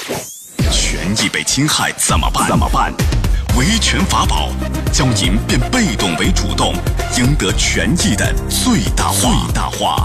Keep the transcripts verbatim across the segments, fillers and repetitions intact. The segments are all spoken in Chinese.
权益被侵害怎么办？怎么办？维权法宝教您变被动为主动，赢得权益的最大化。最大化。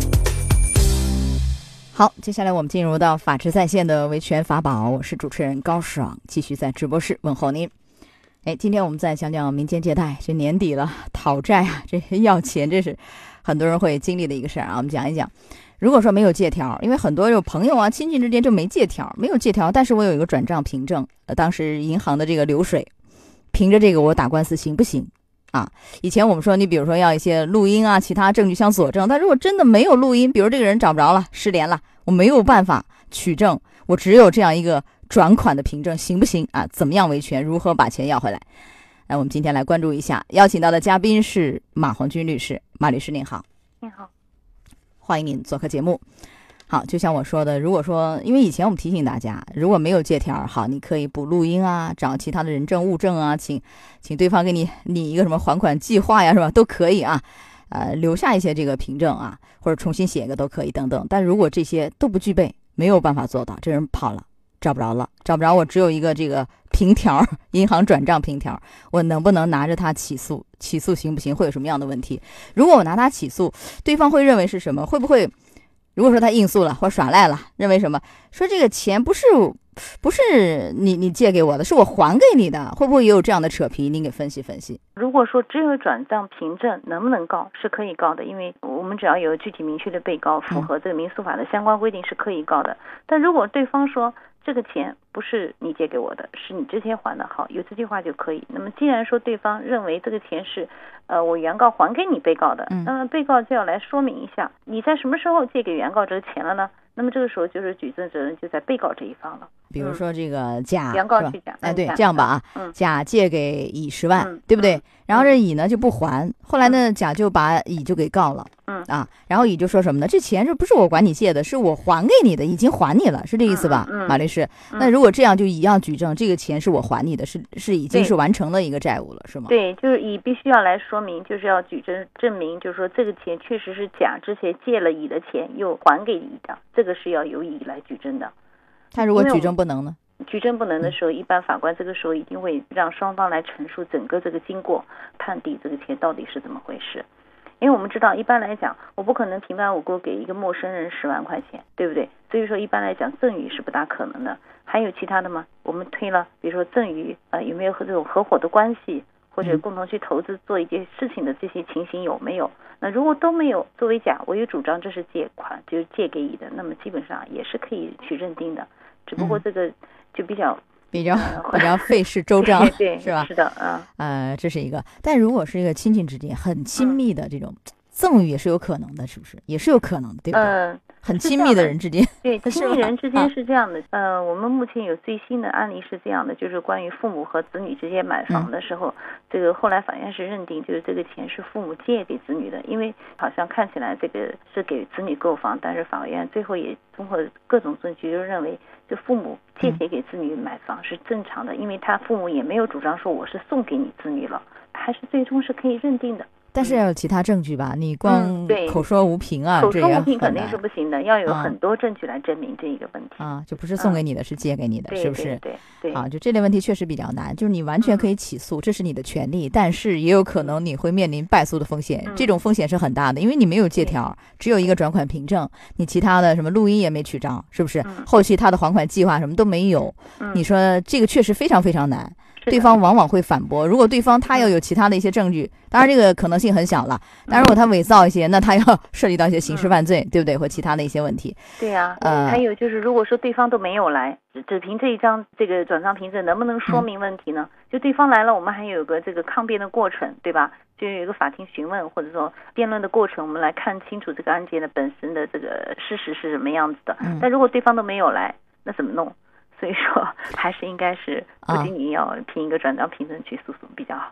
好，接下来我们进入到法治在线的维权法宝，我是主持人高爽，继续在直播室问候您。哎，今天我们再讲讲民间借贷，这年底了，讨债啊，这要钱，这是很多人会经历的一个事儿啊。我们讲一讲，如果说没有借条，因为很多有朋友啊、亲戚之间就没借条，没有借条，但是我有一个转账凭证，呃，当时银行的这个流水，凭着这个我打官司行不行？啊，以前我们说，你比如说要一些录音啊，其他证据相佐证，但如果真的没有录音，比如这个人找不着了，失联了，我没有办法取证，我只有这样一个转款的凭证，行不行啊？怎么样维权？如何把钱要回来？那我们今天来关注一下，邀请到的嘉宾是马红军律师。马律师您好。 您好， 欢迎您做客节目。好，就像我说的，如果说，因为以前我们提醒大家，如果没有借条，好，你可以补录音啊，找其他的人证物证啊，请请对方给你拟一个什么还款计划呀，是吧？都可以啊，呃，留下一些这个凭证啊，或者重新写一个都可以等等。但如果这些都不具备，没有办法做到，这人跑了，找不着了，找不着，我只有一个这个凭条，银行转账凭条，我能不能拿着它起诉？起诉行不行？会有什么样的问题？如果我拿它起诉，对方会认为是什么？会不会？如果说他应诉了或耍赖了，认为什么？说这个钱不是不是你你借给我的，是我还给你的，会不会也有这样的扯皮？您给分析分析。 如果说只有转账凭证，能不能告？是可以告的，因为我们只要有具体明确的被告，符合这个民诉法的相关规定是可以告的。但如果对方说这个钱不是你借给我的，是你之前还的，好，有这句话就可以。那么既然说对方认为这个钱是呃我原告还给你被告的，那么被告就要来说明一下，你在什么时候借给原告这个钱了呢？那么这个时候就是举证责任就在被告这一方了。 比如说这个甲， 原告去讲， 哎，对，这样吧啊， 嗯、 甲借给乙十万、 嗯， 对不对？然后这乙呢就不还，后来呢甲就把乙就给告了， 嗯啊，然后乙就说什么呢？这钱是不是我管你借的，是我还给你的，已经还你了，是这意思吧？ 嗯嗯、 马律师，那如果这样就一样举证，这个钱是我还你的，是是已经是完成了一个债务了，是吗？ 对，就是乙必须要来说明，就是要举证证明，就是说这个钱确实是甲之前借了乙的钱又还给乙的，这个是要由乙来举证的。 他如果举证不能呢？ 举证不能的时候，一般法官这个时候一定会让双方来陈述整个这个经过，判定这个钱到底是怎么回事。因为我们知道，一般来讲，我不可能平白无故给一个陌生人十万块钱，对不对？所以说，一般来讲，赠与是不大可能的。还有其他的吗？我们推了，比如说赠与，呃，有没有和这种合伙的关系，或者共同去投资做一件事情的这些情形有没有？那如果都没有，作为甲，我有主张这是借款，就是借给乙的，那么基本上也是可以去认定的。只不过这个就比较、嗯、 比较比较费事周章， 对， 是吧？ 是的，啊、 嗯，呃，这是一个。但如果是一个亲戚之间很亲密的这种赠与，也是有可能的，是不是？也是有可能的，对不对？嗯。很亲密的人之间， 对，亲密人之间是这样的。啊、呃，我们目前有最新的案例是这样的，就是关于父母和子女之间买房的时候，嗯、这个后来法院是认定，就是这个钱是父母借给子女的，因为好像看起来这个是给子女购房，但是法院最后也综合各种证据，就认为就父母借钱给子女买房是正常的，嗯、因为他父母也没有主张说我是送给你子女了，还是最终是可以认定的。 但是要有其他证据吧，你光口说无凭啊， 嗯、口说无凭肯定是不行的，要有很多证据来证明这一个问题啊，就不是送给你的，嗯、是借给你的，是不是？ 对对 对, 对。 啊，就这类问题确实比较难，就是你完全可以起诉，嗯、这是你的权利，但是也有可能你会面临败诉的风险，嗯、这种风险是很大的，因为你没有借条，只有一个转款凭证，你其他的什么录音也没取着，是不是？嗯、后续他的还款计划什么都没有，嗯、你说这个确实非常非常难。对方往往会反驳，如果对方他要有其他的一些证据，当然这个可能性很小了，但如果他伪造一些，那他要涉及到一些刑事犯罪，嗯、对不对？或其他的一些问题。 对呀、啊，呃，还有就是，如果说对方都没有来，只凭这一张这个转账凭证，能不能说明问题呢？嗯、就对方来了，我们还有个这个抗辩的过程，对吧？就有一个法庭询问或者说辩论的过程，我们来看清楚这个案件的本身的这个事实是什么样子的。嗯、但如果对方都没有来，那怎么弄？所以说，还是应该是不仅你要凭一个转账凭证去诉讼比较好一点。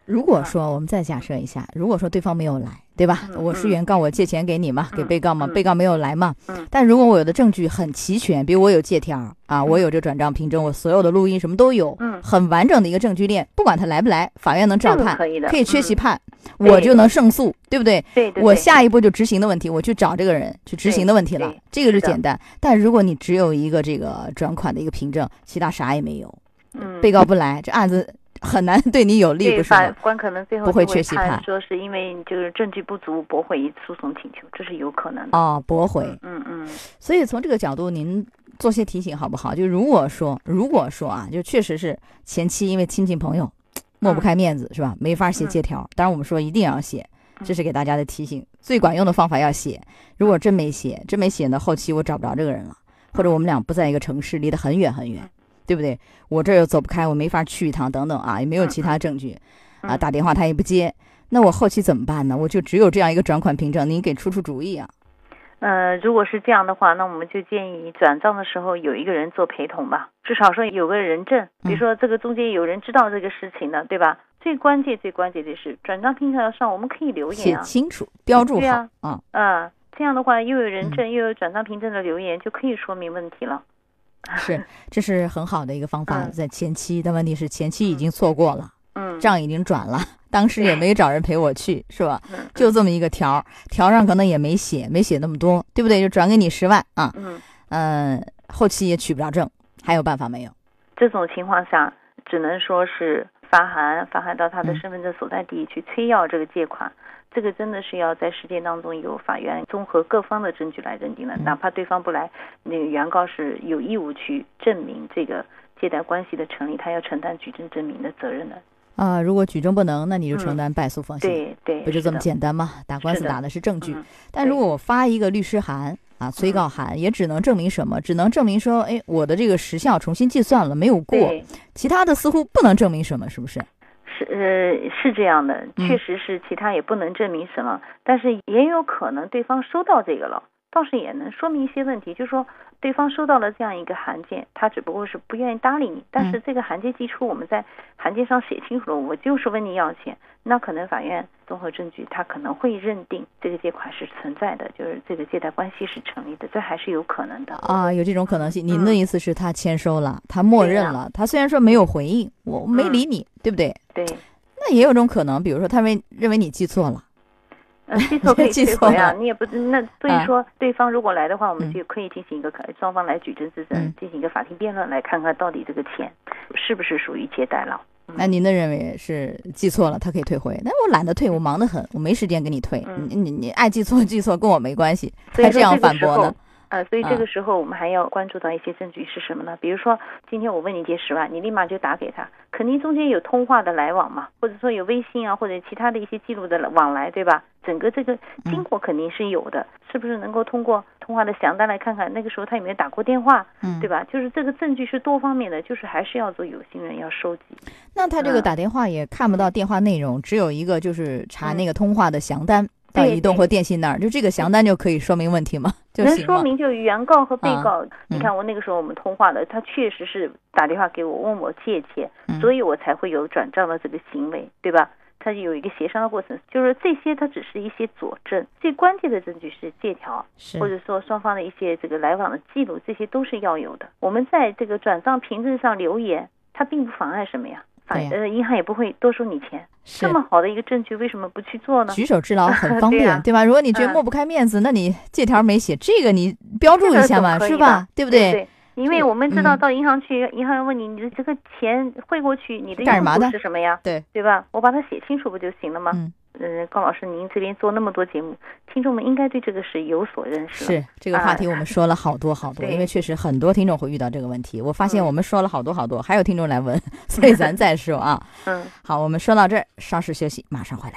如果说我们再假设一下，如果说对方没有来，对吧？ 嗯、 我是原告，我借钱给你嘛， 嗯、 给被告嘛， 嗯、 被告没有来嘛。 嗯。 但如果我有的证据很齐全，比如我有借条啊， 嗯、 我有这转账凭证，我所有的录音什么都有， 嗯， 很完整的一个证据链，不管他来不来，法院能照判， 这个、可以的， 可以缺席判， 嗯、 我就能胜诉，对不对？ 对对。 我下一步就执行的问题，我去找这个人去执行的问题了，这个是简单。但如果你只有一个这个转款的一个凭证，其他啥也没有， 嗯， 被告不来，这案子很难对你有利，不是法官可能最后不会缺席判， 说是因为就是证据不足驳回诉讼请求，这是有可能的。 哦，驳回， 嗯嗯。 所以从这个角度，您做些提醒好不好？就如果说，如果说啊，就确实是前期因为亲戚朋友抹不开面子，嗯、是吧？没法写借条。嗯、当然，我们说一定要写，这是给大家的提醒。最管用的方法要写。如果真没写，真没写呢，后期我找不着这个人了，或者我们俩不在一个城市，离得很远很远。对不对？我这又走不开，我没法去一趟，等等啊，也没有其他证据， 嗯、 啊，打电话他也不接，那我后期怎么办呢？我就只有这样一个转款凭证，您给出出主意啊。 呃，如果是这样的话，那我们就建议转账的时候有一个人做陪同吧，至少说有个人证，比如说这个中间有人知道这个事情的，嗯、对吧？最关键最关键的是转账凭证上我们可以留言啊， 写清楚，标注好啊， 啊， 呃，这样的话又有人证、嗯、又有转账凭证的留言，就可以说明问题了。 是，这是很好的一个方法， 嗯、 在前期的问题是前期已经错过了， 嗯， 账已经转了，当时也没找人陪我去，是吧？嗯、就这么一个条，条上可能也没写，没写那么多，对不对？就转给你十万啊， 嗯， 呃，后期也取不着证，还有办法没有？ 这种情况下，只能说是发函，发函到他的身份证所在地去催要这个借款。嗯，这个真的是要在实践当中由法院综合各方的证据来认定的，哪怕对方不来，那个原告是有义务去证明这个借贷关系的成立，他要承担举证证明的责任的。 啊、呃，如果举证不能，那你就承担败诉风险。 嗯、对对， 不就这么简单吗？打官司打的是证据， 嗯、 但如果我发一个律师函啊，催告函，也只能证明什么？只能证明说，哎，我的这个时效重新计算了，没有过，其他的似乎不能证明什么，是不是？ 是呃是这样的，确实是其他也不能证明什么，嗯、但是也有可能对方收到这个了，倒是也能说明一些问题，就是说对方收到了这样一个函件，他只不过是不愿意搭理你，但是这个函件寄出，我们在函件上写清楚了，我就是问你要钱，那可能法院综合证据，他可能会认定这个借款是存在的，就是这个借贷关系是成立的，这还是有可能的啊，有这种可能性。您的意思是他签收了，嗯、他默认了，他虽然说没有回应，我没理你，嗯、对不对？ 对， 那也有种可能，比如说他认认为你记错了， 呃，记错可以退回啊，你也不那所以说对方如果来的话，我们就可以进行一个双方来举证自证， 嗯、 进行一个法庭辩论，来看看到底这个钱是不是属于借贷了。嗯、 那您的认为是记错了，他可以退回？那我懒得退，我忙得很，我没时间给你退。嗯、你你你爱记错记错，跟我没关系。还这样反驳呢？ 呃，所以这个时候我们还要关注到一些证据是什么呢？比如说今天我问你借十万，你立马就打给他，肯定中间有通话的来往嘛，或者说有微信啊，或者其他的一些记录的往来，对吧？整个这个经过肯定是有的，嗯、是不是能够通过通话的详单来看看那个时候他有没有打过电话， 嗯、 对吧？就是这个证据是多方面的，就是还是要做有心人要收集。 那他这个打电话也看不到电话内容，嗯、只有一个就是查那个通话的详单。嗯到移动或电信那儿，就这个详单就可以说明问题吗？就能说明就原告和被告。 啊、 你看我那个时候我们通话的，他确实是打电话给我问我借钱， 嗯、 所以我才会有转账的这个行为，对吧？他有一个协商的过程，就是这些它只是一些佐证，最关键的证据是借条，或者说双方的一些这个来往的记录，这些都是要有的。我们在这个转账凭证上留言，它并不妨碍什么呀？法呃，银行也不会多收你钱。这么好的一个证据，为什么不去做呢？ 举手之劳很方便，对,、啊、对吧？如果你觉得抹不开面子， 嗯、 那你借条没写，这个你标注一下嘛，是吧？对不对？ 对，因为我们知道到银行去，嗯、银行要问你，你的这个钱汇过去，你的用途是什么呀？ 对， 对吧？我把它写清楚不就行了吗？ 嗯。 嗯，高老师，您这边做那么多节目，听众们应该对这个是有所认识。 是这个话题，我们说了好多好多，啊、因为确实很多听众会遇到这个问题。我发现我们说了好多好多，嗯、还有听众来问，所以咱再说啊。 嗯， 好，我们说到这儿，稍事休息，马上回来。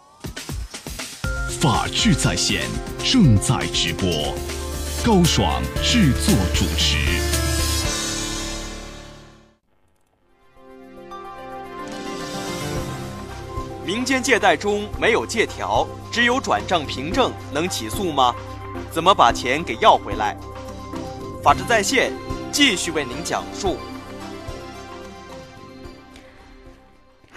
法治在线正在直播，高爽制作主持。 民间借贷中没有借条，只有转账凭证，能起诉吗？怎么把钱给要回来？法治在线继续为您讲述。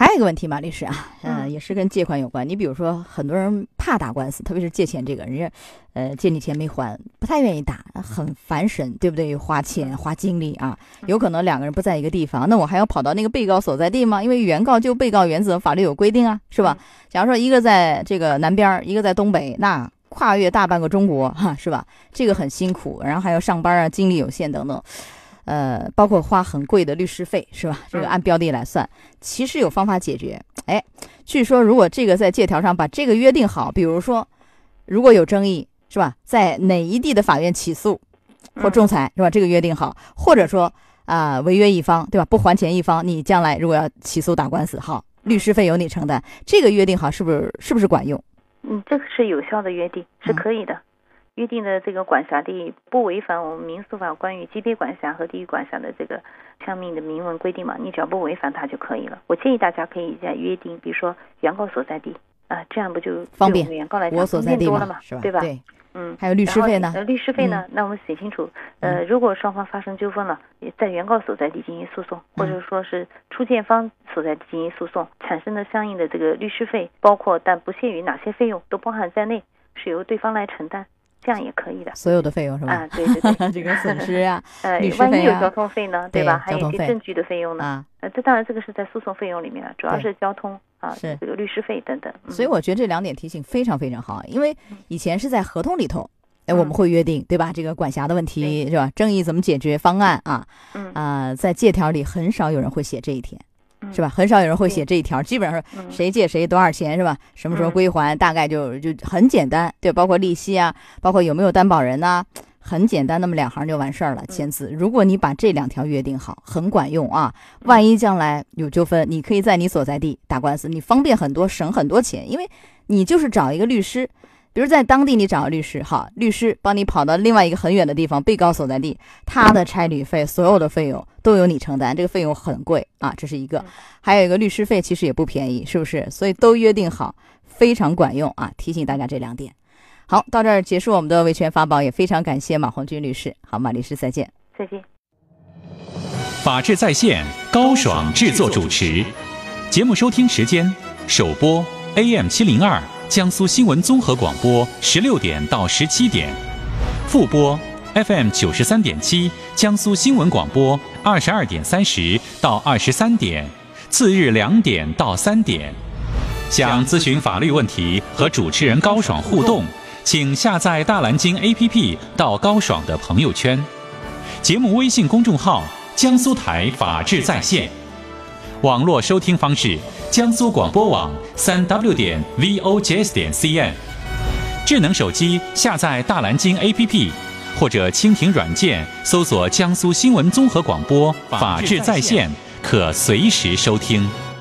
还有一个问题，马律师啊，呃， 嗯也是跟借款有关。你比如说，很多人怕打官司，特别是借钱这个，人家呃借你钱没还，不太愿意打，很烦审，对不对？花钱花精力啊，有可能两个人不在一个地方，那我还要跑到那个被告所在地吗？因为原告就被告原则，法律有规定啊，是吧？假如说一个在这个南边，一个在东北，那跨越大半个中国哈，是吧？这个很辛苦，然后还要上班啊，精力有限等等。呃，包括花很贵的律师费，是吧？这个按标的来算，其实有方法解决。哎，据说如果这个在借条上把这个约定好，比如说如果有争议，是吧，在哪一地的法院起诉或仲裁，是吧？这个约定好，或者说啊、呃、违约一方，对吧？不还钱一方，你将来如果要起诉打官司，好，律师费由你承担，这个约定好是不是是不是管用？ 嗯，这个是有效的约定，是可以的。嗯约定的这个管辖地不违反我们民诉法关于级别管辖和地域管辖的这个相应的明文规定嘛，你只要不违反它就可以了。我建议大家可以在约定，比如说原告所在地啊，这样不就方便原告来讲我所在地多了嘛， 是吧？ 对吧？ 对， 嗯。 还有律师费呢？ 呃，律师费呢？ 嗯、 那我们写清楚，呃，如果双方发生纠纷了，在原告所在地进行诉讼，或者说是出件方所在地进行诉讼，产生的相应的这个律师费，包括但不限于哪些费用都包含在内，是由对方来承担。这样也可以的， 所有的费用是吧？ 啊，对对对， 这个损失啊， 呃， 律师费啊， 万一有交通费呢，对吧？还有一些费证据的费用呢， 啊， 呃，这当然这个是在诉讼费用里面了，主要是交通啊， 是这个律师费等等。 嗯、所以我觉得这两点提醒非常非常好，因为以前是在合同里头，哎，我们会约定，对吧？这个管辖的问题是吧？争议怎么解决方案啊？ 嗯啊、呃，在借条里很少有人会写这一天。是吧？很少有人会写这一条，基本上谁借谁多少钱是吧？什么时候归还，大概就就很简单，对，包括利息啊，包括有没有担保人呐、啊，很简单，那么两行就完事儿了，签字。如果你把这两条约定好，很管用啊。万一将来有纠纷，你可以在你所在地打官司，你方便很多，省很多钱，因为你就是找一个律师。比如在当地你找个律师，好，律师帮你跑到另外一个很远的地方，被告所在地，他的差旅费所有的费用都由你承担，这个费用很贵啊，这是一个。还有一个律师费其实也不便宜，是不是？所以都约定好，非常管用啊！提醒大家这两点。好，到这儿结束我们的维权法宝，也非常感谢马红军律师。好，马律师再见。 再见。 法治在线，高爽制作主持。节目收听时间：首播 A M 七零二。江苏新闻综合广播十六点到十七点，复播 F M 九十三点七江苏新闻广播二十二点三十到二十三点，次日两点到三点。想咨询法律问题和主持人高爽互动，请下载大蓝鲸 A P P 到高爽的朋友圈，节目微信公众号江苏台法治在线。网络收听方式：江苏广播网三 w 点 v o j s 点 c n， 智能手机下载大蓝鲸 A P P 或者蜻蜓软件搜索江苏新闻综合广播法治在线，可随时收听。